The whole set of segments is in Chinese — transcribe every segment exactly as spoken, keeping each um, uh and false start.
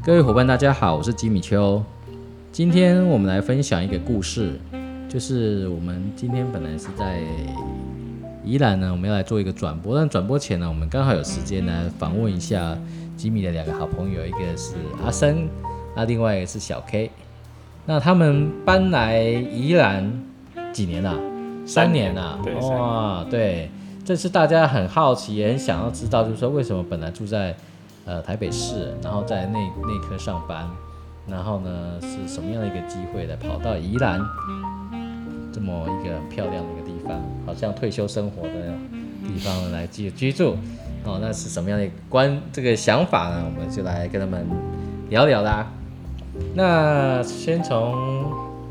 各位伙伴，大家好，我是吉米邱。今天我们来分享一个故事，就是我们今天本来是在宜兰呢，我们要来做一个转播，但转播前呢，我们刚好有时间来访问一下吉米的两个好朋友，一个是阿生，那另外一个是小 K。那他们搬来宜兰几年啦、啊？三年啦、啊。 对， 哇，对，这是大家很好奇，也很想要知道，就是说为什么本来住在呃台北市，然后在内内科上班，然后呢是什么样的一个机会来跑到宜兰这么一个很漂亮的一个地方，好像退休生活的地方来居居住，哦，那是什么样的观这个想法呢？我们就来跟他们聊聊啦。那先从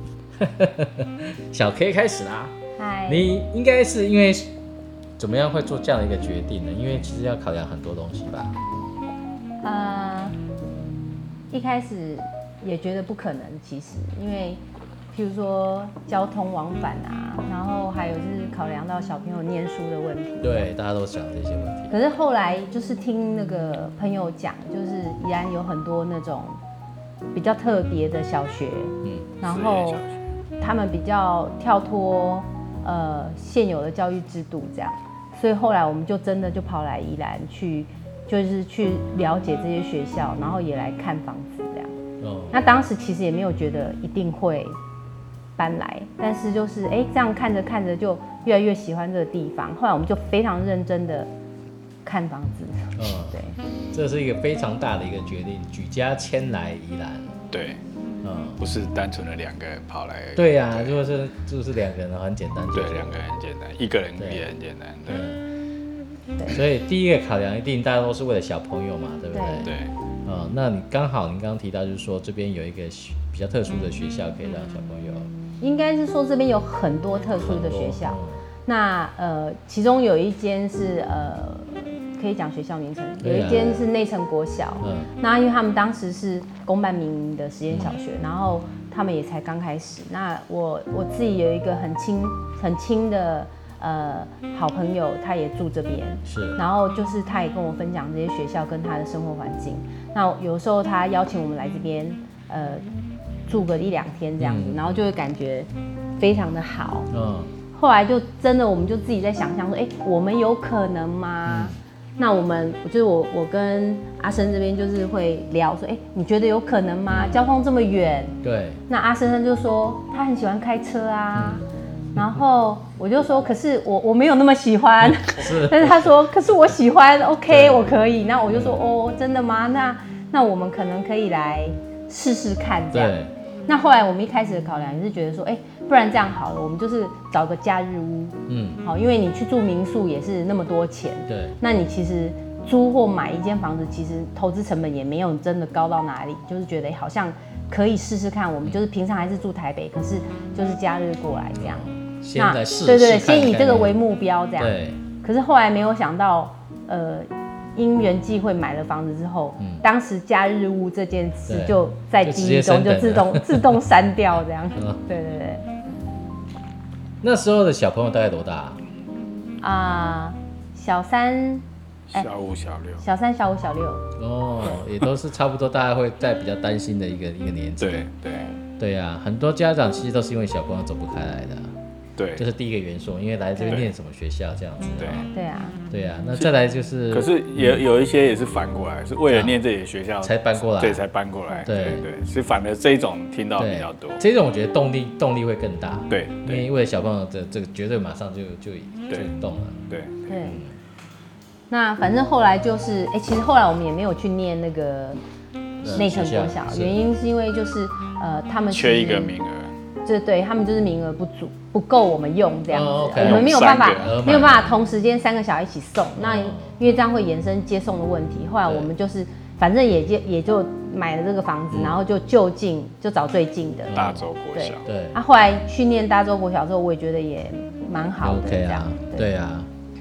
小 K 开始啦。 嗨， 你应该是因为怎么样会做这样的一个决定呢？因为其实要考量很多东西吧。 呃，一开始也觉得不可能，其实因为譬如说交通往返啊，然后还有就是考量到小朋友念书的问题。 对，大家都想这些问题。 可是后来就是听那个朋友讲，就是宜兰有很多那种比较特别的小学，嗯，然后他们比较跳脱呃现有的教育制度这样，所以后来我们就真的就跑来宜兰去。就是去了解这些学校，然后也来看房子这样。哦、那当时其实也没有觉得一定会搬来，但是就是哎，这样看着看着就越来越喜欢这个地方。后来我们就非常认真的看房子。嗯，对， 这是一个非常大的一个决定，举家迁来宜兰。 对，嗯，不是单纯的两个人跑来。 对呀、啊，如果是就是两个人很简单。 对，两个人很简单，一个人也很简单。对。嗯所以第一个考量一定大家都是为了小朋友嘛，对不对？ 对。 呃、那你刚好你刚刚提到就是说这边有一个比较特殊的学校可以让小朋友。 应该是说这边有很多特殊的学校，嗯、那呃其中有一间是呃可以讲学校名称，有一间是内城国小，嗯、那因为他们当时是公办民营的实验小学，嗯、然后他们也才刚开始。那我我自己有一个很亲很亲的。呃，好朋友他也住这边， 是， 然后就是他也跟我分享这些学校跟他的生活环境。那有时候他邀请我们来这边，呃，住个一两天这样子，嗯、然后就会感觉非常的好。嗯，后来就真的我们就自己在想象说，哎，我们有可能吗？嗯、那我们就是我我跟阿生这边就是会聊说，哎，你觉得有可能吗？交通这么远， 对。那阿生就说他很喜欢开车啊。嗯然后我就说，可是我我没有那么喜欢，是但是他说，可是我喜欢 ，OK， 我可以。那我就说，哦，真的吗？那那我们可能可以来试试看这样。那后来我们一开始的考量也是觉得说，哎，不然这样好了，我们就是找个假日屋，嗯，好，因为你去住民宿也是那么多钱，对，那你其实租或买一间房子，其实投资成本也没有真的高到哪里，就是觉得好像可以试试看。我们就是平常还是住台北，可是就是假日过来这样。 先来试试对对对，先以这个为目标这样。 对。 可是后来没有想到，呃，因缘际会买了房子之后，嗯、当时假日屋这件事就在记忆中就自动自动删掉这样。嗯、对对对。 那时候的小朋友大概多大？ 啊、呃，小三。 小五、小六。 小三、小五、小六。 哦，也都是差不多，大家会在比较担心的一个一个年纪。 对对。 对呀、啊，很多家长其实都是因为小朋友走不开来的。 对， 这是第一个元素，因为来这边念什么学校这样子。 对， 对啊， 对啊。那再来就是， 可是也有一些也是反过来，是为了念这里的学校才搬过来， 对，才搬过来。 对对，是反而这一种听到比较多。 这种我觉得动力动力会更大。 对， 因为为了小朋友的这个绝对马上就就就动了。 对对。那反正后来就是，哎，其实后来我们也没有去念那个内城国小，原因是因为就是呃他们缺一个名额。 对对，他们就是名额不足，不够我们用这样子， 哦 okay、 我们没有办法没有办法同时间三个小孩一起送，那因为这样会衍生接送的问题。后来我们就是反正也就也就买了这个房子，嗯、然后就就近就找最近的大洲国小。 对，对啊，后来去念大洲国小之后，我也觉得也蛮好的。 OK 啊，对啊。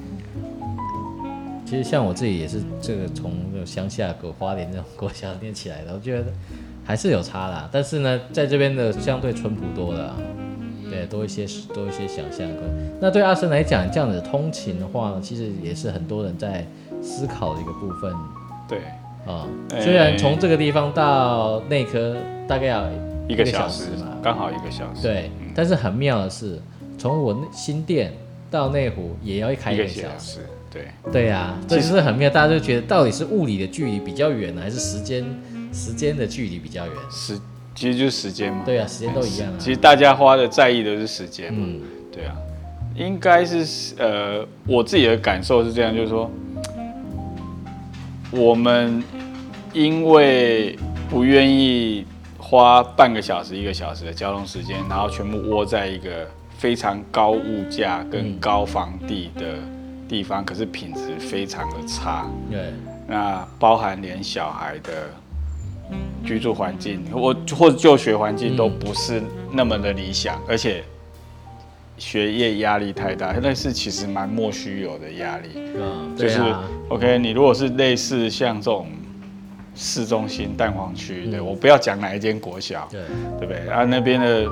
其实像我自己也是这个从乡下给花莲这种国小念起来的，我觉得还是有差啦。但是呢，在这边的相对淳朴多了、啊，对，多一些多一些想象。那对阿生来讲，这样子通勤的话，其实也是很多人在思考的一个部分。 对， 哦，虽然从这个地方到内科大概要一个小时嘛， 刚好一个小时。 对，嗯、但是很妙的是，从我新店到内湖也要开一个小时。 对对啊，这就是很妙，大家就觉得到底是物理的距离比较远，还是时间时间的距离比较远？ 时其实就是时间嘛。 对啊，时间都一样啊。 其实大家花的在意的是时间嘛。 嗯， 对啊，应该是呃，我自己的感受是这样，就是说，我们因为不愿意花半个小时、一个小时的交通时间，然后全部窝在一个非常高物价跟高房地的地方，可是品质非常的差。 对， 那包含连小孩的居住环境，或或者就学环境都不是那么的理想，嗯、而且学业压力太大，那是其实蛮莫须有的压力。 嗯， 就是、 啊、 OK， 你如果是类似像这种市中心蛋黄区的，嗯、我不要讲哪一间国小， 对对不对？啊，那边的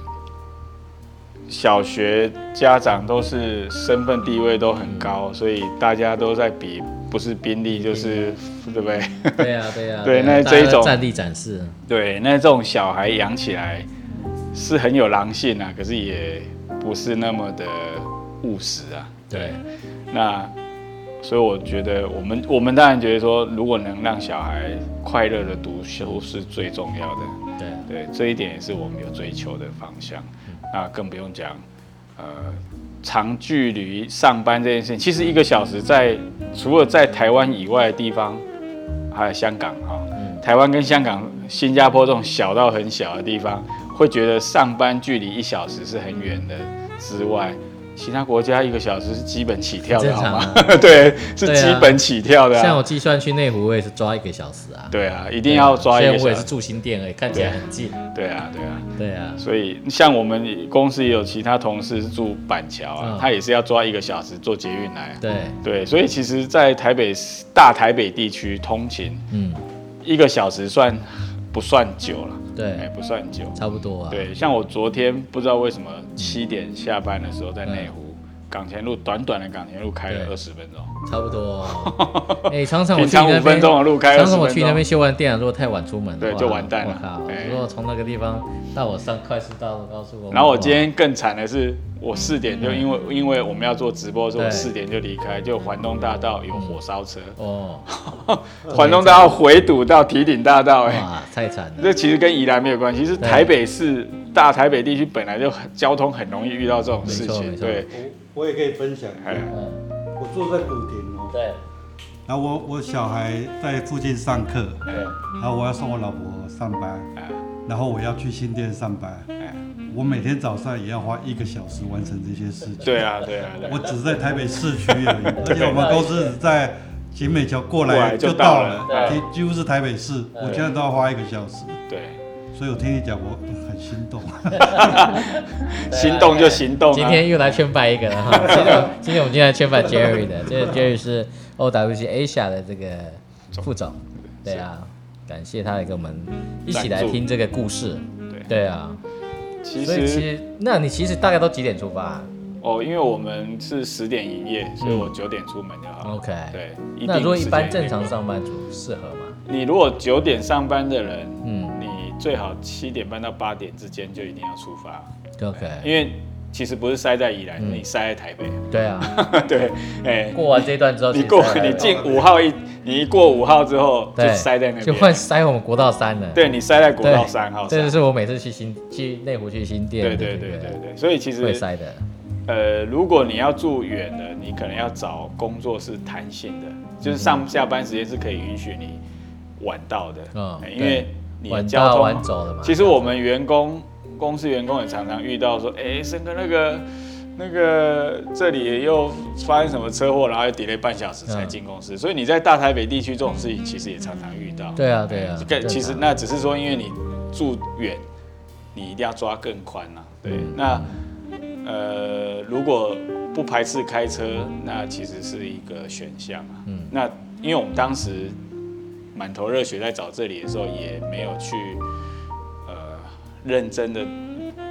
小学家长都是身份地位都很高，嗯、所以大家都在比，不是宾利就是，嗯、对不对？ 对呀，对呀。 对，那这一种战力展示， 对，那这种小孩养起来是很有狼性啊，可是也不是那么的务实啊。 对， 那所以我觉得我们我们当然觉得说，如果能让小孩快乐的读书是最重要的。 对对，这一点也是我们有追求的方向。那更不用讲，呃，长距离上班这件事情，其实一个小时在除了在台湾以外的地方，还有香港哈，嗯、台湾跟香港、新加坡这种小到很小的地方，会觉得上班距离一小时是很远的之外，其他国家一个小时是基本起跳的，好吗？啊、对，是基本起跳的、啊。 像我计算去内湖，我也是抓一个小时啊。 对啊，一定要抓一个小时。 虽然我也是住新店而已，看起来很近。 对啊，对啊， 对啊。 所以像我们公司也有其他同事是住板桥啊，嗯、他也是要抓一个小时坐捷运来。 对对，所以其实，在台北大台北地区通勤，嗯，一个小时算不算久了？ 对， 哎，不算久， 差不多啊。 对，像我昨天不知道为什么七点下班的时候在内湖。嗯港前路短短的港前路开了二十分钟， 差不多。哎、欸，常常我去那边，五分钟的路开， 常常我去那边修完电，如果太晚出门， 对，就完蛋了。 我靠！如果从那个地方到我上快速道路高速公路， 然后我今天更惨的是，我四点就因为、嗯、因为我们要做直播，所以我四点就离开，就环东大道有火烧车哦，环东大道回堵到堤顶大道、欸，哎， 哇，太惨了。 这其实跟宜兰没有关系，是台北市大台北地区本来就交通很容易遇到这种事情，对。 我也可以分享，嗯、我住在古亭哦， 对， 然后我我小孩在附近上课， 对， 然后我要送我老婆上班，然后我要去新店上班，我每天早上也要花一个小时完成这些事情。 对啊，对啊，对啊我只是在台北市区而已，而且我们公司只在景美桥过来就到了，几乎是台北市，我现在都要花一个小时。 对。 所以我听你讲，我很心动。 心动就行动、啊。 今天又来劝败一个了哈。今天今天我们今天来劝败 Jerry 的，这个 Jerry 是 O W C Asia 的这个副总。对啊，感谢他来跟我们一起来听这个故事。对对啊。 其实， 所以其实，那你其实大概都几点出发、啊？ 哦，因为我们是十点营业，所以我九点出门就好。 OK。 对。 那如果一般正常上班族适合吗？ 你如果九点上班的人，嗯，你最好七点半到八点之间就一定要出发。 OK。 因为其实不是塞在宜兰，嗯、你塞在台北。 对啊。 对，哎、欸， 过完这一段之后， 你过你进五号一，你一过五号之后就塞在那边， 就换塞我们国道三了。 对，你塞在国道三号。 这就是我每次去新去内湖去新店。 对对对对对，所以其实会塞的。 呃，如果你要住远的，你可能要找工作是弹性的，就是上下班时间是可以允许你晚到的，嗯，因为你的交通晚走了嘛。 其实我们员工公司员工也常常遇到说，哎、欸，森哥那个那个这里又发生什么车祸，然后又 delay 半小时才进公司，嗯、所以你在大台北地区这种事情其实也常常遇到。 对啊，对啊。 欸、其实那只是说，因为你住远，你一定要抓更宽啊。对，嗯、那呃，如果不排斥开车，那其实是一个选项啊。嗯，那因为我们当时满头热血在找这里的时候，也没有去呃认真的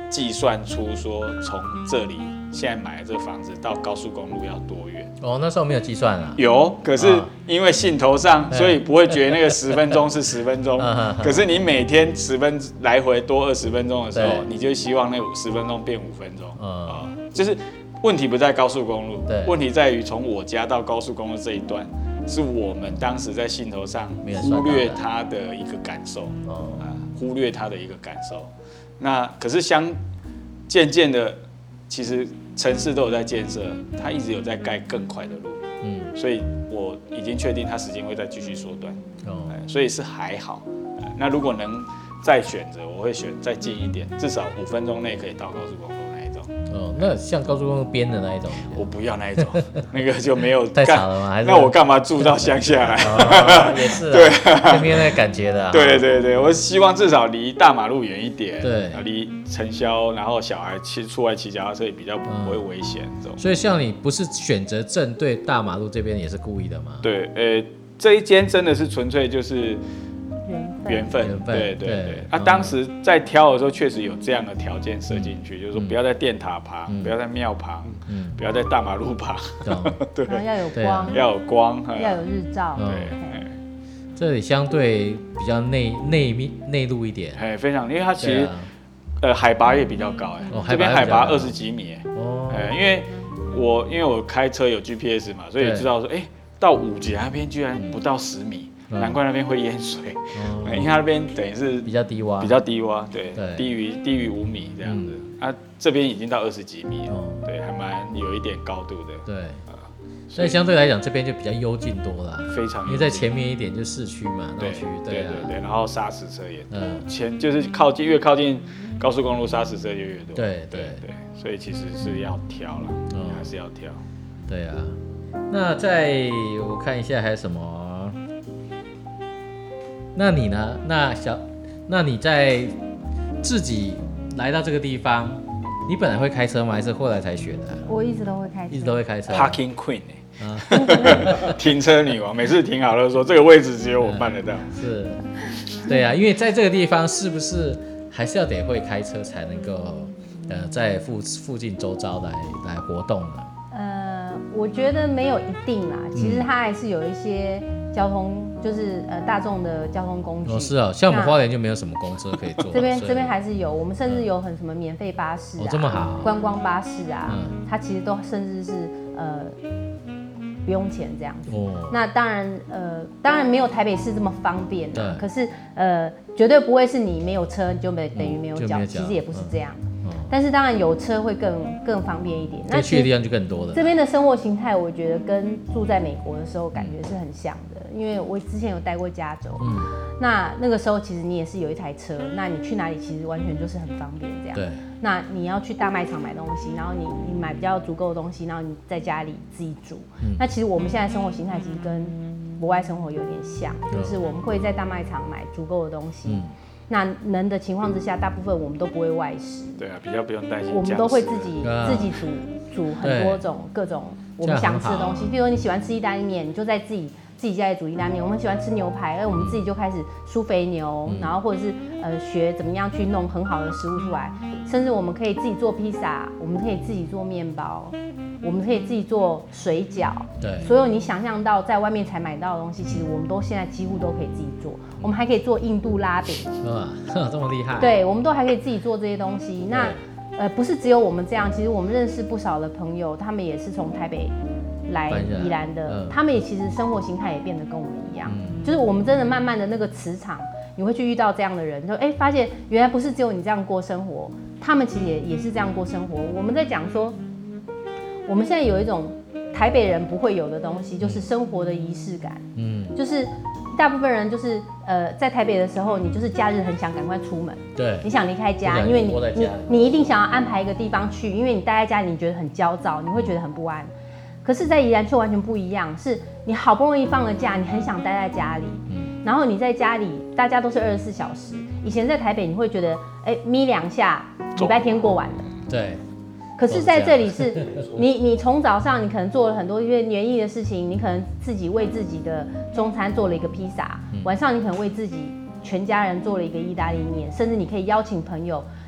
计算出说从这里现在买的这个房子到高速公路要多远。 哦，那时候没有计算啊。 有，可是因为兴头上，所以不会觉得那个十分钟是十分钟。可是你每天十分来回多二十分钟的时候，你就希望那十分钟变五分钟。啊，就是问题不在高速公路，问题在于从我家到高速公路这一段，是我们当时在兴头上忽略它的一个感受，啊，忽略它的一个感受。那可是相渐渐的，其实城市都有在建设，它一直有在盖更快的路，嗯，所以我已经确定它时间会再继续缩短，哦，所以是还好。那如果能再选择，我会选再近一点，至少五分钟内可以到高速公路那一种。 哦，那像高速公路边的那一种， 我不要那一种，那个就没有太少了吗？还是那我干嘛住到乡下来？ 哦、也是、啊，对，偏偏那个感觉的、啊。 对对对，我希望至少离大马路远一点， 对， 离尘嚣，然后小孩骑出来骑脚踏车也比较不会危险、嗯、这种。 所以像你不是选择正对大马路这边，也是故意的吗？ 对，呃，这一间真的是纯粹就是。缘分， 缘分， 对对对。啊，当时在挑的时候，确实有这样的条件设进去，就是说不要在电塔旁，不要在庙旁，不要在大马路旁， 对，然后要有光， 要有光， 要有日照， 对。 这里相对比较内内内陆一点， 哎，非常，因为它其实呃海拔也比较高，哎，这边海拔二十几米，哦，哎，因为我因为我开车有 G P S 嘛，所以知道说，哎，到五级那边居然不到十米。难怪那边会淹水，嗯、因为它那边等于是比较低洼， 比较低洼，对，对低于低于五米这样子。嗯、啊，这边已经到二十几米了，哦、对，还蛮有一点高度的。 对，呃、所以相对来讲，这边就比较幽静多了， 非常。 因为在前面一点就市区嘛，闹区， 对啊， 对对，然后砂石车也多，嗯、前就是靠近越靠近高速公路，砂石车就越多。 对对对，所以其实是要挑了，嗯、还是要挑。 对啊，那再我看一下还有什么。那你呢？那小，那你在自己来到这个地方，你本来会开车吗？还是后来才学的、啊？ 我一直都会开车， 一直都会开车。 Parking Queen 哎、欸，啊、停车女王，每次停好了说这个位置只有我办得到。 嗯、是，对啊，因为在这个地方是不是还是要得会开车才能够呃在附附近周遭来来活动呢？ 呃，我觉得没有一定啦，其实它还是有一些。交通就是呃大众的交通工具哦，是啊，像我们花莲就没有什么公车可以坐。 这边这边还是有，我们甚至有很什么免费巴士啊， 哦、这么好， 观光巴士啊，嗯、它其实都甚至是呃不用钱这样子。哦、那当然呃当然没有台北市这么方便啊，可是呃绝对不会是你没有车你就没等于没有脚，嗯、其实也不是这样。嗯但是当然有车会更更方便一点， 那去的地方就更多了。 这边的生活形态，我觉得跟住在美国的时候感觉是很像的，因为我之前有待过加州，嗯，那那个时候其实你也是有一台车，那你去哪里其实完全就是很方便这样。 对。 那你要去大卖场买东西，然后你你买比较足够的东西，然后你在家里自己煮。嗯、那其实我们现在生活形态其实跟国外生活有点像，就是我们会在大卖场买足够的东西。嗯那能的情况之下，大部分我们都不会外食。 对啊，比较不用担心。 我们都会自己、啊、自己煮煮很多种各种我们想吃的东西。比如说你喜欢吃意大利面，你就在自己自己家里煮意大利面。我们喜欢吃牛排，而我们自己就开始酥肥牛，嗯、然后或者是呃学怎么样去弄很好的食物出来。甚至我们可以自己做披萨，我们可以自己做面包。我们可以自己做水饺， 对， 所有你想象到在外面才买到的东西，其实我们都现在几乎都可以自己做。我们还可以做印度拉饼， 哇，这么厉害！ 对，我们都还可以自己做这些东西。那呃，不是只有我们这样，其实我们认识不少的朋友，他们也是从台北来宜兰的，嗯、他们也其实生活形态也变得跟我们一样，嗯、就是我们真的慢慢的那个磁场，你会去遇到这样的人，就哎、欸、发现原来不是只有你这样过生活，他们其实也也是这样过生活。我们在讲说。我们现在有一种台北人不会有的东西，就是生活的仪式感。嗯，就是大部分人就是呃，在台北的时候，你就是假日很想赶快出门， 对， 你想离开家，因为你你你一定想要安排一个地方去，因为你待在家里你觉得很焦躁，你会觉得很不安。可是，在宜兰却完全不一样，是你好不容易放了假，你很想待在家里，嗯，然后你在家里，大家都是二十四小时。以前在台北，你会觉得哎眯两下，礼拜天过完了， 对。 可是在这里是你，你从早上你可能做了很多因为园艺的事情，你可能自己为自己的中餐做了一个披萨，嗯、晚上你可能为自己全家人做了一个意大利面，甚至你可以邀请朋友，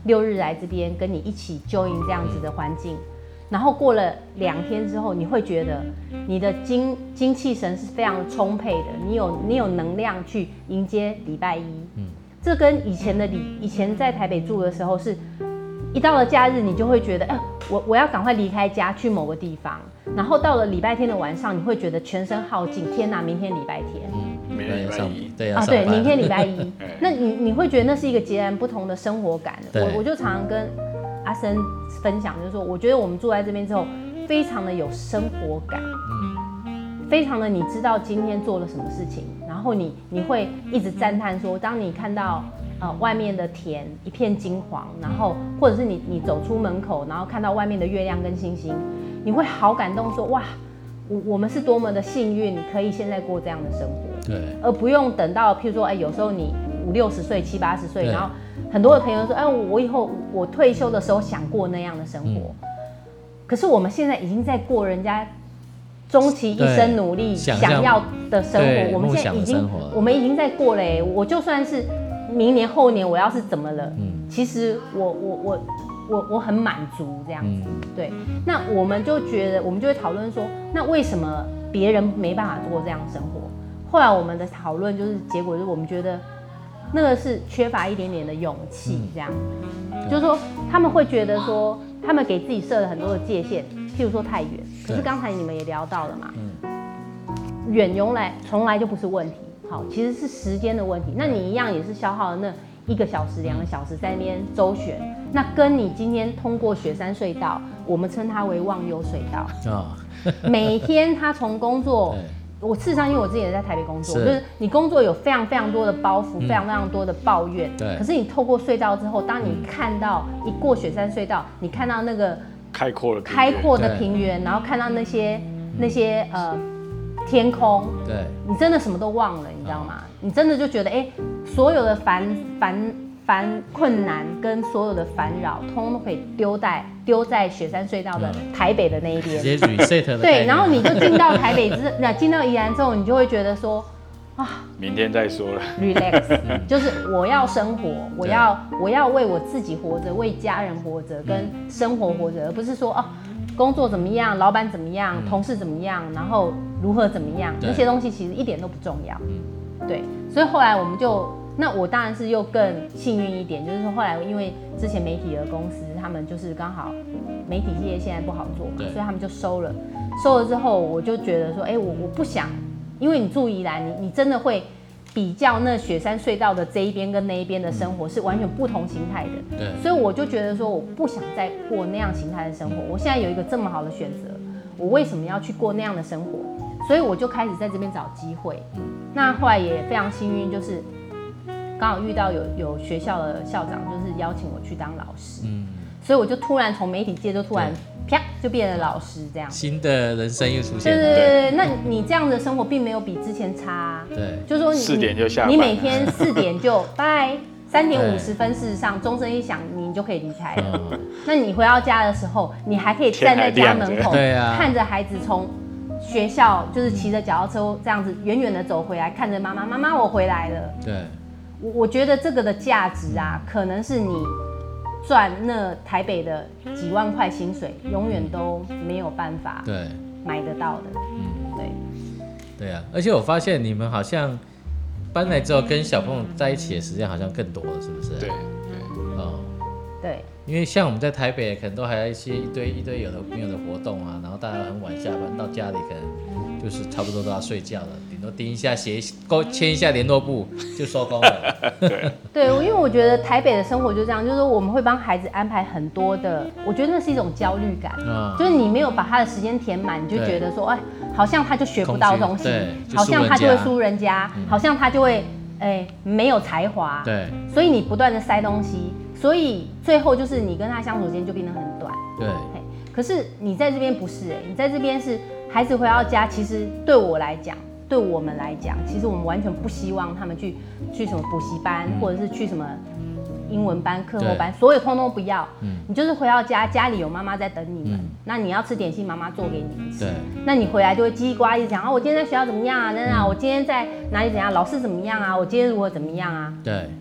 六日来这边跟你一起 join 这样子的环境，然后过了两天之后，你会觉得你的精精气神是非常充沛的，你有你有能量去迎接礼拜一。嗯，这跟以前的礼以前在台北住的时候是，一到了假日你就会觉得，哎、呃，我我要赶快离开家去某个地方，然后到了礼拜天的晚上，你会觉得全身耗尽，天哪，明天礼拜天。 嗯， 明天礼拜一， 对啊，对，明天礼拜一，那你你会觉得那是一个截然不同的生活感。我我就常常跟阿森分享，就是说，我觉得我们住在这边之后，非常的有生活感，嗯，非常的你知道今天做了什么事情，然后你你会一直赞叹说，当你看到呃外面的田一片金黄，然后或者是你你走出门口，然后看到外面的月亮跟星星，你会好感动说，哇，我我们是多么的幸运，可以现在过这样的生活。 对， 而不用等到，譬如说，哎、欸，有时候你五六十岁、七八十岁，然后很多的朋友说，哎、欸，我以后我退休的时候想过那样的生活，嗯、可是我们现在已经在过人家终其一生努力想要的生活，我们现在已经我们已经在过了、欸。我就算是明年后年我要是怎么了，嗯、其实我我我我我很满足这样子。嗯、对，那我们就觉得，我们就会讨论说，那为什么别人没办法过这样的生活？后来我们的讨论就是结果就是我们觉得那个是缺乏一点点的勇气，这样，嗯、就是说他们会觉得说他们给自己设了很多的界限，譬如说太远，可是刚才你们也聊到了嘛，远由来从来就不是问题，好，其实是时间的问题。那你一样也是消耗了那一个小时、两个小时在那边周旋，那跟你今天通过雪山隧道，我们称它为忘忧隧道，哦、每天他从工作。我事实上，因为我自己也在台北工作，是就是你工作有非常非常多的包袱，嗯、非常非常多的抱怨。对。可是你透过隧道之后，当你看到一过雪山隧道，你看到那个开阔的开阔的平原，然后看到那些那些呃天空，对，你真的什么都忘了，你知道吗？你真的就觉得，哎、欸，所有的烦烦烦困难跟所有的烦扰，通通可以丢在丢在雪山隧道的台北的那一边， 直接 reset 的。 对，然后你就进到台北之，那进到宜兰之后，你就会觉得说，啊， 明天再说了 ，relax， 就是我要生活，我要我要为我自己活着，为家人活着，跟生活活着，而不是说哦，工作怎么样，老板怎么样，同事怎么样，然后如何怎么样，那些东西其实一点都不重要。对，所以后来我们就。那我当然是又更幸运一点，就是说后来因为之前媒体的公司，他们就是刚好媒体业现在不好做嘛，所以他们就收了。收了之后，我就觉得说，哎、欸，我我不想，因为你住宜兰，你你真的会比较那雪山隧道的这一边跟那一边的生活是完全不同形态的。对，所以我就觉得说，我不想再过那样形态的生活。我现在有一个这么好的选择，我为什么要去过那样的生活？所以我就开始在这边找机会。那后来也非常幸运，就是。刚好遇到有有学校的校长，就是邀请我去当老师，嗯，所以我就突然从媒体界就突然啪就变成老师这样， 新的人生又出现了。 对对对对，那你这样的生活并没有比之前差、啊，对，就是说你四点就下班， 你每天四点就拜，三点五十分，事实上钟声一响，你就可以离开了。嗯、那你回到家的时候，你还可以站在家门口，看着孩子从学校就是骑着脚踏车这样子远远的走回来，看着妈妈，妈妈我回来了，对。我觉得这个的价值啊，可能是你赚那台北的几万块薪水，永远都没有办法对买得到的。嗯，对， 对啊，而且我发现你们好像搬来之后，跟小朋友在一起的时间好像更多了，是不是？ 对对， 哦，对， 因为像我们在台北，可能都还有一些一堆一堆有的没有的活动啊，然后大家很晚下班到家里，可能就是差不多都要睡觉了。顶多盯一下写勾签一下联络簿就收工了。 对，对，因为我觉得台北的生活就这样，就是我们会帮孩子安排很多的，我觉得那是一种焦虑感，嗯、就是你没有把他的时间填满，你就觉得说，哎，好像他就学不到东西，好像他就会输人家，嗯、好像他就会哎没有才华，对，所以你不断的塞东西，所以最后就是你跟他相处时间就变得很短，对。可是你在这边不是哎，你在这边是孩子回到家，其实对我来讲。对我们来讲，其实我们完全不希望他们去去什么补习班，嗯、或者是去什么英文班、课后班，所有通通不要。嗯、你就是回到家，家里有妈妈在等你们。嗯、那你要吃点心，妈妈做给你们吃。那你回来就会叽叽呱呱一直讲啊，我今天在学校怎么样啊？那、嗯、我今天在哪里怎样？老师怎么样啊？我今天如何怎么样啊？对，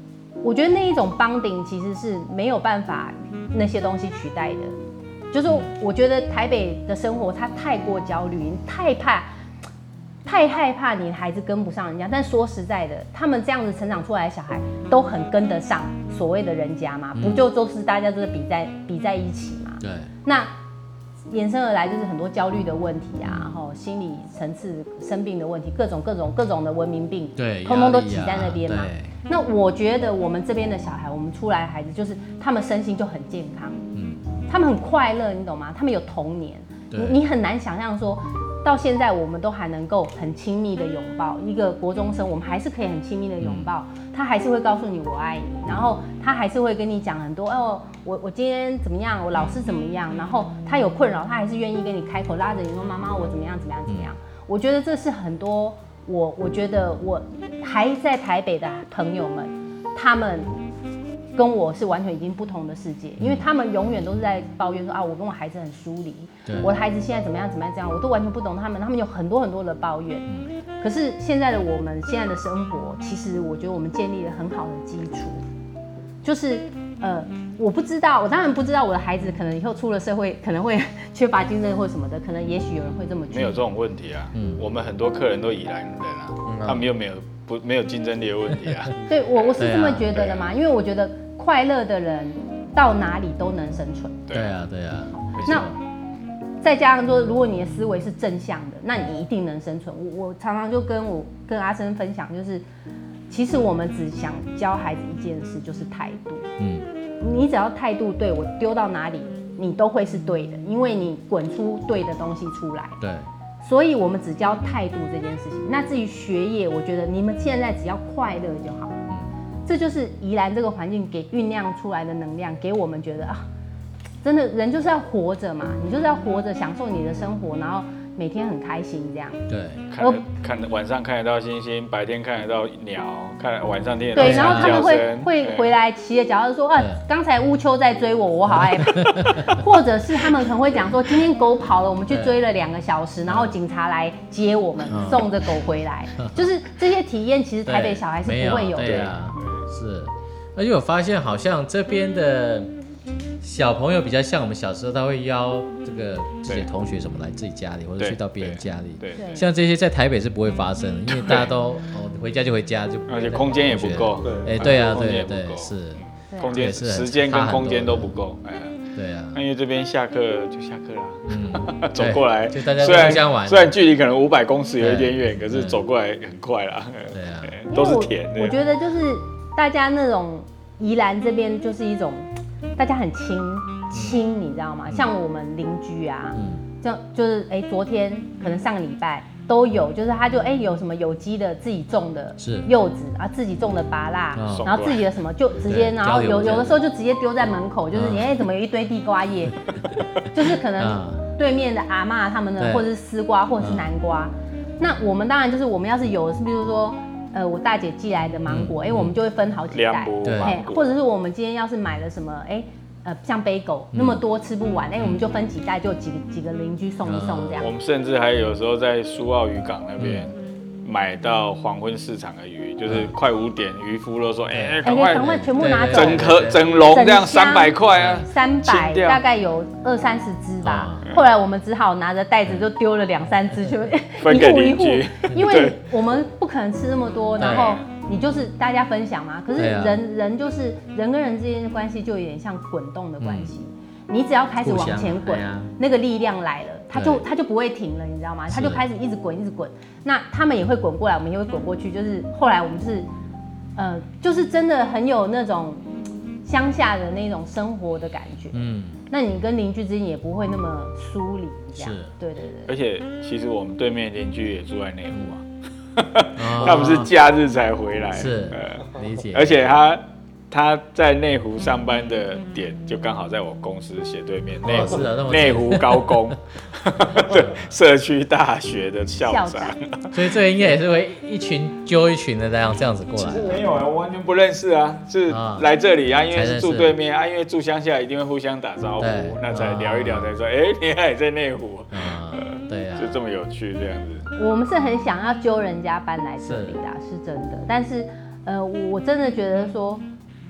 我觉得那一种 bonding 其实是没有办法那些东西取代的。就是我觉得台北的生活它太过焦虑，你太怕。太害怕你的孩子跟不上人家，但说实在的，他们这样子成长出来的小孩都很跟得上所谓的人家嘛，不就都是大家都是比在比在一起嘛？ 对。 那衍生而来就是很多焦虑的问题啊，然后心理层次生病的问题，各种各种各种的文明病， 对， 通通都挤在那边嘛。 对。 那我觉得我们这边的小孩，我们出来的孩子，就是他们身心就很健康，嗯，他们很快乐，你懂吗？他们有童年，你你很难想象说。到现在，我们都还能够很亲密的拥抱一个国中生，我们还是可以很亲密的拥抱，他还是会告诉你我爱你，然后他还是会跟你讲很多哦，我我今天怎么样，我老师怎么样，然后他有困扰，他还是愿意跟你开口，拉着你说妈妈我怎么样怎么样怎么样。我觉得这是很多我我觉得我还在台北的朋友们，他们。跟我是完全已经不同的世界，因为他们永远都是在抱怨说啊，我跟我孩子很疏离，我的孩子现在怎么样怎么样这样，我都完全不懂他们，他们有很多很多的抱怨。嗯、可是现在的我们现在的生活，其实我觉得我们建立了很好的基础，就是呃，我不知道，我当然不知道我的孩子可能以后出了社会可能会缺乏竞争或什么的，可能也许有人会这么觉得。 没有这种问题啊，嗯，我们很多客人都宜兰人啊，嗯、他们又没有不没有竞争力的问题啊。 对我我是这么觉得的嘛，因为我觉得。快乐的人到哪里都能生存。 对啊，对啊。 那再加上说，如果你的思维是正向的，那你一定能生存。我我常常就跟我跟阿生分享，就是其实我们只想教孩子一件事，就是态度。嗯，你只要态度对，我丢到哪里你都会是对的，因为你滚出对的东西出来。 对。 所以我们只教态度这件事情。那至于学业，我觉得你们现在只要快乐就好。这就是宜兰这个环境给酝酿出来的能量，给我们觉得啊，真的人就是要活着嘛，你就是要活着，享受你的生活，然后每天很开心这样。 对， 看看晚上看得到星星，白天看得到鸟，看晚上听得到对， 鸟然后他们会会回来骑着脚踏车说，啊，刚才乌秋在追我，我好害怕。或者是他们可能会讲说，今天狗跑了，我们去追了两个小时，然后警察来接我们，送着狗回来。就是这些体验，其实台北小孩是不会有的。 是，而且我发现好像这边的小朋友比较像我们小时候，他会邀这个自己的同学什么来自己家里，或者去到别人家里。 对，对像这些在台北是不会发生的，因为大家都哦回家就回家，就而且空间也不够。 哎，对啊，对对是， 空间时间跟空间都不够。哎， 对啊， 因为这边下课就下课啦，嗯，走过来， 就大家互相玩。 虽然距离可能五百公尺有一点远，可是走过来很快啦。 对啊， 都是甜的。 我觉得就是大家那种宜兰这边就是一种大家很亲亲，你知道吗？像我们邻居啊，这样就是哎，昨天可能上个礼拜都有，就是他就哎有什么有机的自己种的柚子啊，自己种的芭乐，然后自己的什么就直接，然后有有的时候就直接丢在门口，就是你哎怎么有一堆地瓜叶，就是可能对面的阿嬷他们的，或者是丝瓜或者是南瓜。那我们当然就是我们要是有，比如说。呃，我大姐寄来的芒果，哎、嗯欸，我们就会分好几袋， 对， 或者是我们今天要是买了什么，哎、欸，呃，像贝狗那么多吃不完，哎、嗯欸，我们就分几袋，就几个几个邻居送一送这样。 我们甚至还有时候在苏澳渔港那边。嗯买到黄昏市场的鱼，就是快五点，渔夫都说：“哎，赶快， 赶快全部拿走， 整颗整笼这样三百块啊， 三百大概有二三十只吧。后来我们只好拿着袋子就丢了两三只，就分给邻居， 因为我们不可能吃那么多，然后你就是大家分享嘛。可是人人就是人跟人之间的关系就有点像滚动的关系。”你只要开始往前滚，啊、那个力量来了，它就它就不会停了，你知道吗？它就开始一直滚，一直滚。那他们也会滚过来，我们也会滚过去。就是后来我们是，呃，就是真的很有那种乡下的那种生活的感觉。嗯，那你跟邻居之间也不会那么疏离，这样。是，对对对。 而且其实我们对面邻居也住在内湖啊，他们是假日才回来。 是，呃，理解。 而且他。他在内湖上班的点就刚好在我公司斜对面，内湖内湖高工的社区大学的校长， 所以这应该也是会一群揪一群的这样这样子过来。 没有啊，我完全不认识啊，是来这里啊，因为是住对面啊，因为住乡下一定会互相打招呼，那才聊一聊才说，哎，你还在内湖， 对啊， 就这么有趣这样子。 我们是很想要揪人家搬来这里的，是真的，但是呃，我真的觉得说。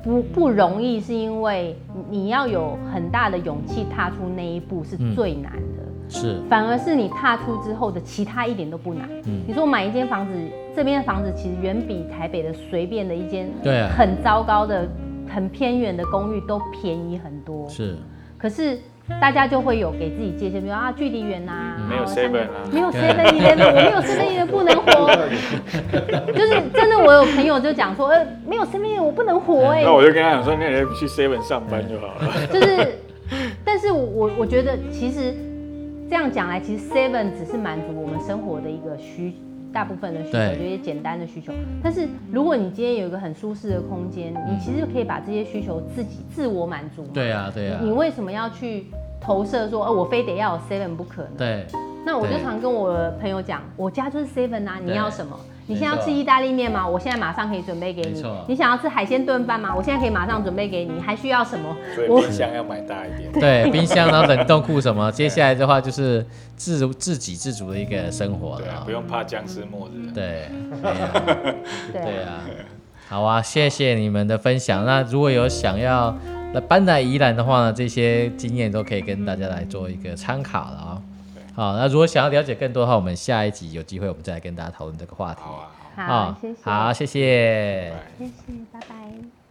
不不容易，是因为你要有很大的勇气踏出那一步是最难的。嗯是， 反而是你踏出之后的其他一点都不难。嗯，你说买一间房子，这边的房子其实远比台北的随便的一间很糟糕的、很偏远的公寓都便宜很多。 是， 可是大家就会有给自己界限，比如啊距离远呐， 没有 seven 啊， 没有 seven eleven， 我没有 seven eleven 不能活。就是真的，我有朋友就讲说，呃，没有 seven eleven 我不能活哎、欸。 那我就跟他讲说，那你去 seven 上班就好了。 就是，但是我我觉得其实。这样讲来，其实 Seven 只是满足我们生活的一个需，大部分的需求，就一些简单的需求。但是如果你今天有一个很舒适的空间，你其实可以把这些需求自己自我满足。 对啊，对啊。 你为什么要去投射说，哦，我非得要有 Seven 不可呢？ 对。 那我就常跟我的朋友讲，我家就是 Seven 啊，你要什么？你现在要吃意大利面吗？我现在马上可以准备给你。你想要吃海鲜炖饭吗？我现在可以马上准备给你。还需要什么？ 所以冰箱要买大一点。 对，冰箱然后冷冻库什么，接下来的话就是自自给自足的一个生活了。 对啊，不用怕僵尸末日。 对，对啊，对啊。好啊，谢谢你们的分享。那如果有想要搬来宜兰的话呢，这些经验都可以跟大家来做一个参考了啊、哦。好，那如果想要了解更多的话，我们下一集有机会我们再来跟大家讨论这个话题。 好啊， 好，好，谢谢， 好，谢谢， 谢谢，拜拜。